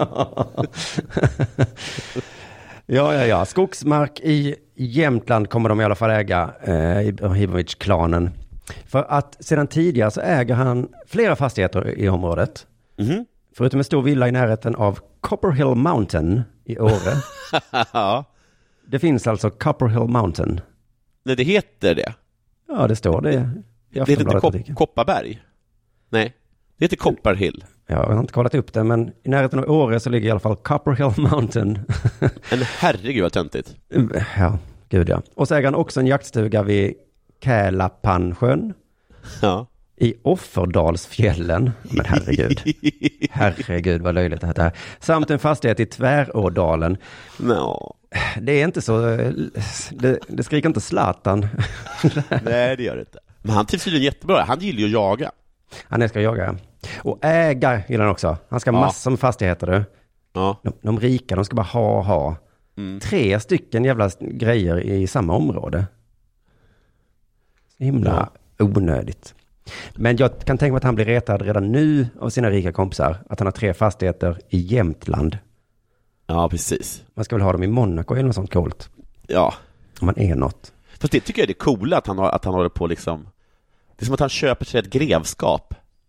Ja. Skogsmark i Jämtland kommer de i alla fall äga, Ibrahimovic-klanen. För att sedan tidigare så äger han flera fastigheter i området. Mm-hmm. Förutom en stor villa i närheten av Copperhill Mountain i Åre. Ja. Det finns alltså Copperhill Mountain. Nej, det heter det. Ja, det står det. Det heter inte Kopparberg. Nej, det heter Copperhill. Ja, jag har inte kollat upp det, men i närheten av Åre så ligger i alla fall Copperhill Mountain. En herregud vad töntigt. Ja, gud ja. Och så äger han också en jaktstuga vid Kälapansjön. Ja. I Offerdalsfjällen. Men herregud vad löjligt det här. Samt en fastighet i Tvärådalen. No. Det är inte så, det skriker inte Zlatan. Nej, det gör det inte. Men han trivs ju jättebra. Han gillar ju att jaga. Han älskar att jaga. Och äga gillar han också. Han ska ha massor med fastigheter. Du. Ja. De rika, de ska bara ha. 3 stycken jävla grejer i samma område. Himla onödigt. Men jag kan tänka mig att han blir retad redan nu av sina rika kompisar. Att han har 3 fastigheter i Jämtland. Ja, precis. Man ska väl ha dem i Monaco eller något sånt coolt. Ja. Om man är något. Fast det tycker jag är det coola att han håller på liksom. Det är som att han köper sig ett grevskap.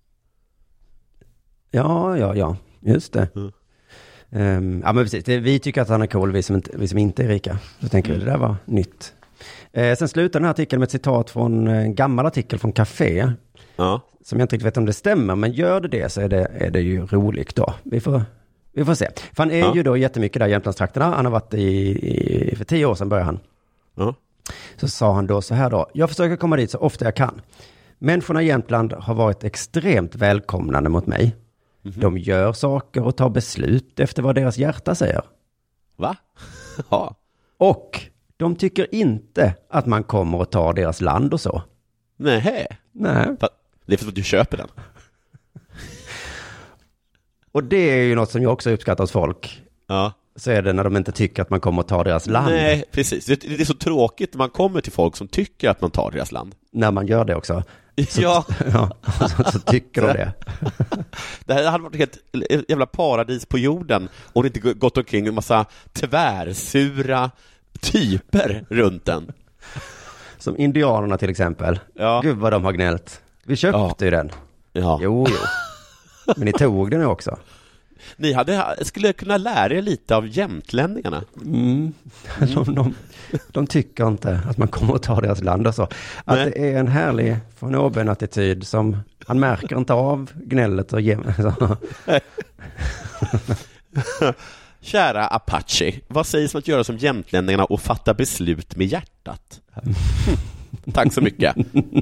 Ja. Just det. Ja, men precis. Vi tycker att han är cool, vi som inte är rika. Så tänker vi, det där var nytt. Sen slutar den här artikeln med ett citat från en gammal artikel från Café. Ja. Som jag inte riktigt vet om det stämmer, men gör det så är det ju roligt då. Vi får se. För han är ju då jättemycket där i Jämtlandstrakterna. Han har varit för 10 år sedan började han. Ja. Så sa han då så här då. Jag försöker komma dit så ofta jag kan. Människorna i Jämtland har varit extremt välkomnande mot mig. Mm-hmm. De gör saker och tar beslut efter vad deras hjärta säger. Va? Ja. Och de tycker inte att man kommer och tar deras land och så. Nej. Det är för att du köper den. Och det är ju något som jag också uppskattar hos folk. Ja. Så är det när de inte tycker att man kommer att ta deras land. Nej, precis. Det är så tråkigt när man kommer till folk som tycker att man tar deras land. När man gör det också. Så tycker de det. Det här hade varit helt jävla paradis på jorden om det inte gått omkring en massa tvärsura typer runt den. Som indianerna till exempel. Ja. Gud vad de har gnällt. Vi köpte ju den. Ja. Jo. Men ni tog den också. Ni skulle kunna lära er lite av jämtlänningarna. De tycker inte att man kommer att ta deras land och så. Att det är en härlig von oben-attityd som han märker inte av gnället och Kära Apache, vad sägs om att göra som jämtlänningarna och fatta beslut med hjärtat? Tack så mycket.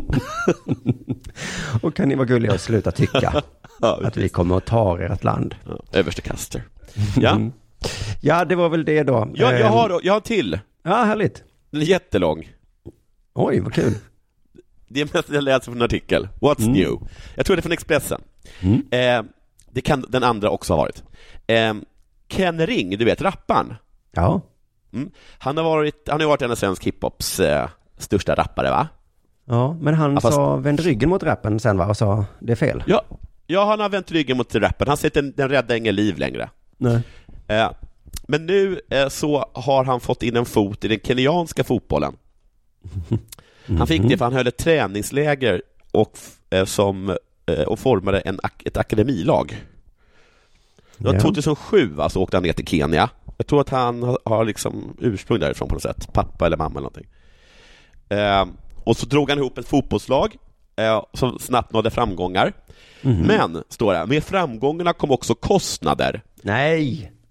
Och kan ni vara gulliga och sluta tycka att vi kommer att ta ert land? Ja, överste kaster. Ja. Ja, det var väl det då. Ja, jag har till. Ja, härligt. Den är jättelång. Oj, vad kul. Det är mest jag läser från en artikel. What's new? Jag tror det är från Expressen. Det kan den andra också ha varit. Ken Ring, du vet, rapparen. Ja. Han har varit en av svensk hiphops största rappare, va? Ja, men han vände ryggen mot rappen sen, va? Och sa, det är fel. Ja, han har vänt ryggen mot rappen. Han säger att den räddar ingen liv längre. Nej. Men nu så har han fått in en fot i den kenyanska fotbollen. Han fick det för han höll ett träningsläger och formade ett akademilag. Det var 2007 alltså, åkte han ner till Kenya. Jag tror att han har liksom ursprung därifrån på något sätt. Pappa eller mamma eller någonting. Och så drog han ihop ett fotbollslag som snabbt nådde framgångar. Men, står det, med framgångarna kom också kostnader. Nej!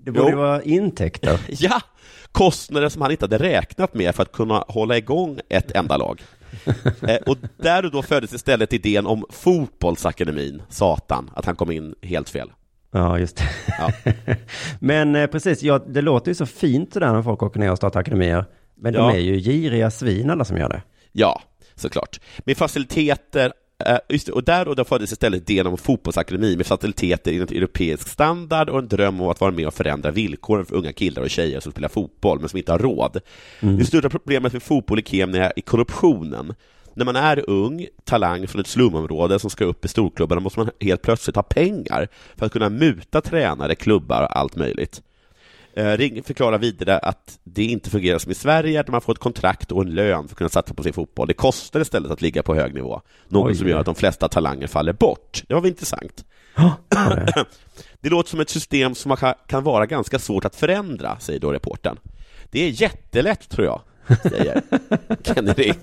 Det borde ju vara intäkter. Ja, kostnader som han inte hade räknat med för att kunna hålla igång ett enda lag. Och där och då föddes istället idén om fotbollsakademin, satan, att han kom in helt fel. Ja, just det. Ja. Men precis, det låter ju så fint sådär när folk åker ner och startar akademier. Men de är ju giriga svin alla som gör det. Ja, såklart. Med faciliteter, just det, och då föddes istället idén om fotbollsakademi med faciliteter enligt europeisk standard och en dröm om att vara med och förändra villkoren för unga killar och tjejer som spelar fotboll men som inte har råd. Det stora problemet med fotboll i Kenya är korruptionen. När man är ung, talang från ett slumområde som ska upp i storklubbarna måste man helt plötsligt ha pengar för att kunna muta tränare, klubbar och allt möjligt. Ring förklarar vidare att det inte fungerar som i Sverige där man får ett kontrakt och en lön för att kunna satsa på sin fotboll. Det kostar istället att ligga på hög nivå. Något som gör att de flesta talanger faller bort. Det var väl intressant. Det låter som ett system som kan vara ganska svårt att förändra, säger då reportern. Det är jättelätt, tror jag, säger Kenny Ring.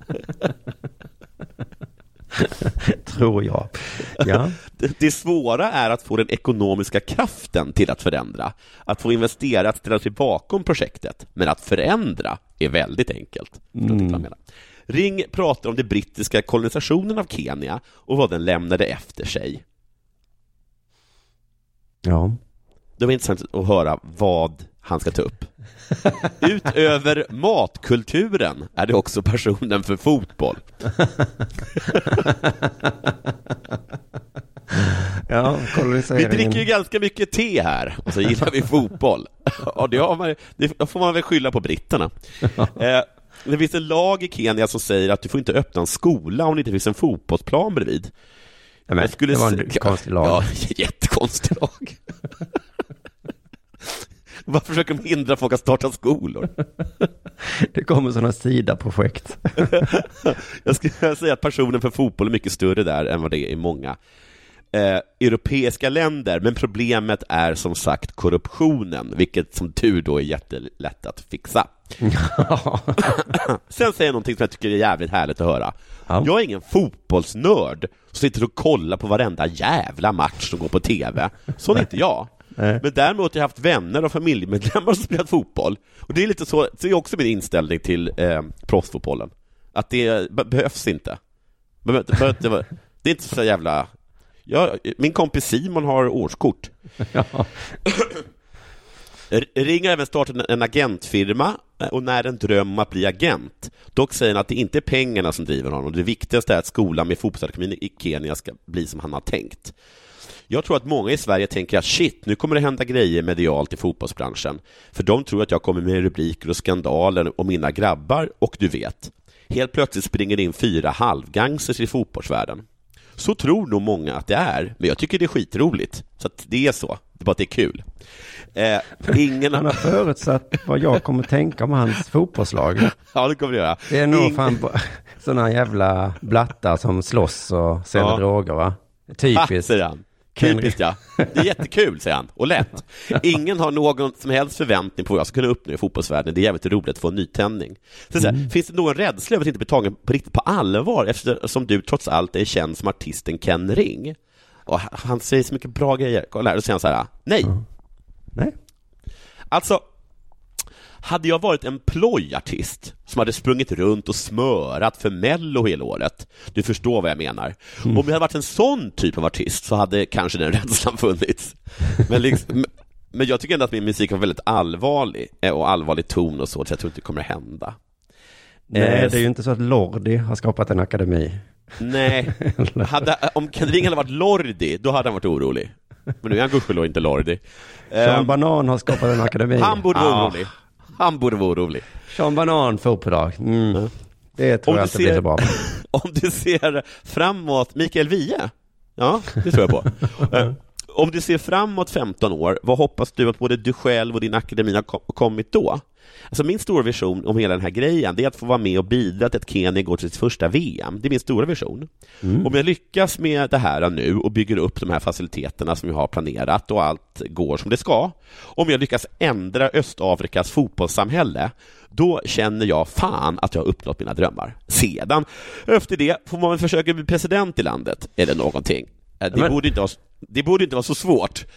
Tror jag. Ja. Det svåra är att få den ekonomiska kraften till att förändra. Att få investera, att ställa sig bakom projektet. Men att förändra är väldigt enkelt. Ring pratar om den brittiska kolonisationen av Kenya och vad den lämnade efter sig. Ja. Det var intressant att höra vad han ska ta upp. Utöver matkulturen är det också passionen för fotboll. Ja, vi dricker ju ganska mycket te här och så gillar vi fotboll. Och det får man väl skylla på britterna. Det finns en lag i Kenya som säger att du får inte öppna en skola om det inte finns en fotbollsplan bredvid. Det var en konstig lag. Ja, jättekonstig lag. Varför försöker de hindra folk att starta skolor? Det kommer sådana sidaprojekt. Jag skulle säga att passionen för fotboll är mycket större där än vad det är i många europeiska länder. Men problemet är som sagt korruptionen, vilket som tur då är jättelätt att fixa. Sen säger jag någonting som jag tycker är jävligt härligt att höra. Jag är ingen fotbollsnörd som sitter och kollar på varenda jävla match som går på tv. Så är inte jag. Men däremot har jag haft vänner och familjemedlemmar som spelat fotboll. Och det är lite så, det är också min inställning till proffsfotbollen. Att det behövs inte. Det är inte så jävla... min kompis Simon har årskort. Ja. Ring har även startat en agentfirma och när en dröm att bli agent. Dock säger han att det inte är pengarna som driver honom. Det viktigaste är att skolan med fotbollsakademin i Kenya ska bli som han har tänkt. Jag tror att många i Sverige tänker att shit, nu kommer det hända grejer medialt i fotbollsbranschen. För de tror att jag kommer med rubriker och skandaler om mina grabbar och du vet. Helt plötsligt springer det in 4 halvgangsters i fotbollsvärlden. Så tror nog många att det är, men jag tycker det är skitroligt. Så att det är så, det är bara att det är kul. Han har förutsatt vad jag kommer tänka om hans fotbollslag. Ja, det kommer det göra. Det är nog fan sådana jävla blattar som slåss och säljer droger, va? Typiskt. Säger han. Typiskt, ja. Det är jättekul, säger han. Och lätt. Ingen har någon som helst förväntning på vad jag ska kunna uppnå i fotbollsvärlden. Det är jävligt roligt att få en nytändning. Finns det någon rädsla över att inte bli tagen på riktigt på allvar eftersom du trots allt är känd som artisten Ken Ring? Och han säger så mycket bra grejer. Kolla här, då säger han så här. Nej. Nej. Alltså, hade jag varit en plojartist som hade sprungit runt och smörat för Mello hela året, du förstår vad jag menar. Om jag hade varit en sån typ av artist så hade kanske den rädslan funnits. Men jag tycker ändå att min musik var väldigt allvarlig och allvarlig ton och så jag tror inte det kommer att hända. Nej, det är ju inte så att Lordi har skapat en akademi. Nej, om Ken Ring hade varit Lordi, då hade han varit orolig. Men nu är han gudskelov inte Lordi. Sean Banan har skapat en akademi. Han borde vara orolig. Han borde vara orolig. Sean Banan fotbollslag. Det tror jag inte blir så bra. Om du ser framåt, Mikael Wiehe. Ja, det tror jag på. Om du ser framåt 15 år, vad hoppas du att både du själv och din akademi har kommit då? Alltså min stora vision om hela den här grejen, det är att få vara med och bidra till att Kenya går till sitt första VM. Det är min stora vision. Om jag lyckas med det här nu och bygger upp de här faciliteterna som jag har planerat och allt går som det ska. Om jag lyckas ändra Östafrikas fotbollssamhälle, då känner jag fan att jag har uppnått mina drömmar. Sedan, efter det, får man försöka bli president i landet eller någonting. Det borde inte vara så svårt.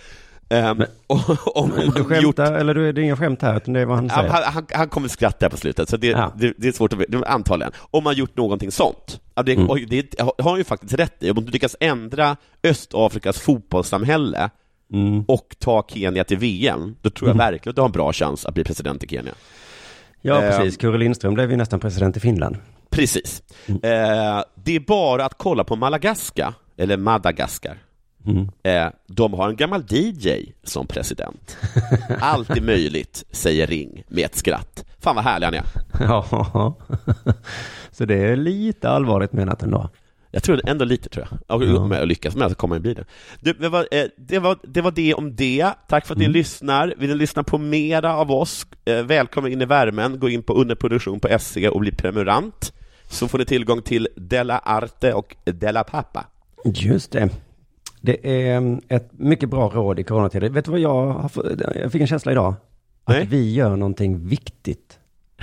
Du skämtar, eller det är inga skämt här, utan det är vad han säger. Han kommer skratta på slutet, så det är svårt att veta, antagligen. Om man gjort någonting sånt, det har han ju faktiskt rätt i. Om du lyckas ändra Östafrikas fotbollssamhälle och ta Kenya till VM, då tror jag verkligen att du har en bra chans att bli president i Kenya. Ja, precis. Kurre Lindström blev ju nästan president i Finland. Precis. Det är bara att kolla på Madagaskar. De har en gammal DJ som president. Allt är möjligt, säger Ring med ett skratt. Fan vad härlig han är. Ja. Så det är lite allvarligt menat ändå. Jag tror ändå lite, tror jag. Och med att lyckas med att komma i bli det. Det var det om det. Tack för att ni lyssnar. Vill ni lyssna på mera av oss? Välkommen in i värmen. Gå in på underproduktion.se och bli prenumerant. Så får ni tillgång till Della Arte och Della Pappa. Just det. Det är ett mycket bra råd i coronatider. Vet du vad jag fick en känsla idag? Att vi gör någonting viktigt.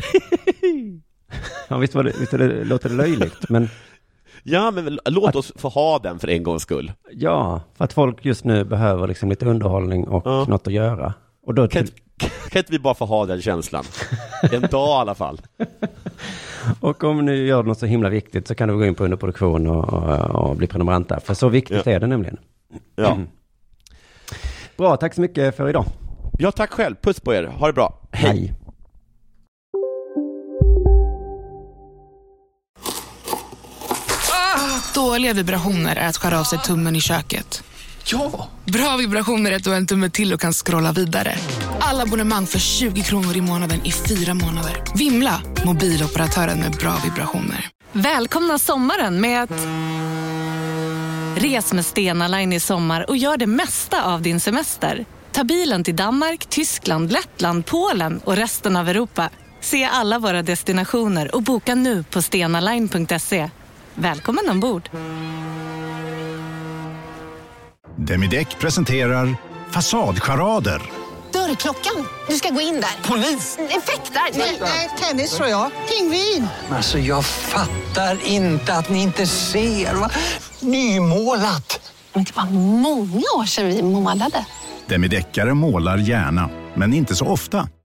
Ja, visst låter det löjligt, men... Ja, men låt oss få ha den för en gångs skull. Ja, för att folk just nu behöver liksom lite underhållning och något att göra. Och då kan inte vi bara få ha den känslan? En dag i alla fall. Och om ni gör något så himla viktigt så kan du gå in på underproduktion och bli prenumerant där. För så viktigt är det nämligen. Ja. Bra, tack så mycket för idag. Ja, tack själv. Puss på er. Ha det bra. Hej. Dåliga vibrationer är att skära av sig tummen i köket. Ja! Bra vibrationer är att du har en tumme till och kan scrolla vidare. Alla abonnemang för 20 kronor i månaden i 4 månader. Vimla, mobiloperatören med bra vibrationer. Välkomna sommaren med att... Res med Stena Line i sommar och gör det mesta av din semester. Ta bilen till Danmark, Tyskland, Lettland, Polen och resten av Europa. Se alla våra destinationer och boka nu på stenaline.se. Välkommen ombord. Demideck presenterar Fasadcharader. Dörrklockan. Du ska gå in där. Polis? Effektar? Nej, tennis tror jag. Pingvin. Alltså jag fattar inte att ni inte ser. Va? Nymålat. Men det var många år sedan vi målade. Demideckare målar gärna, men inte så ofta.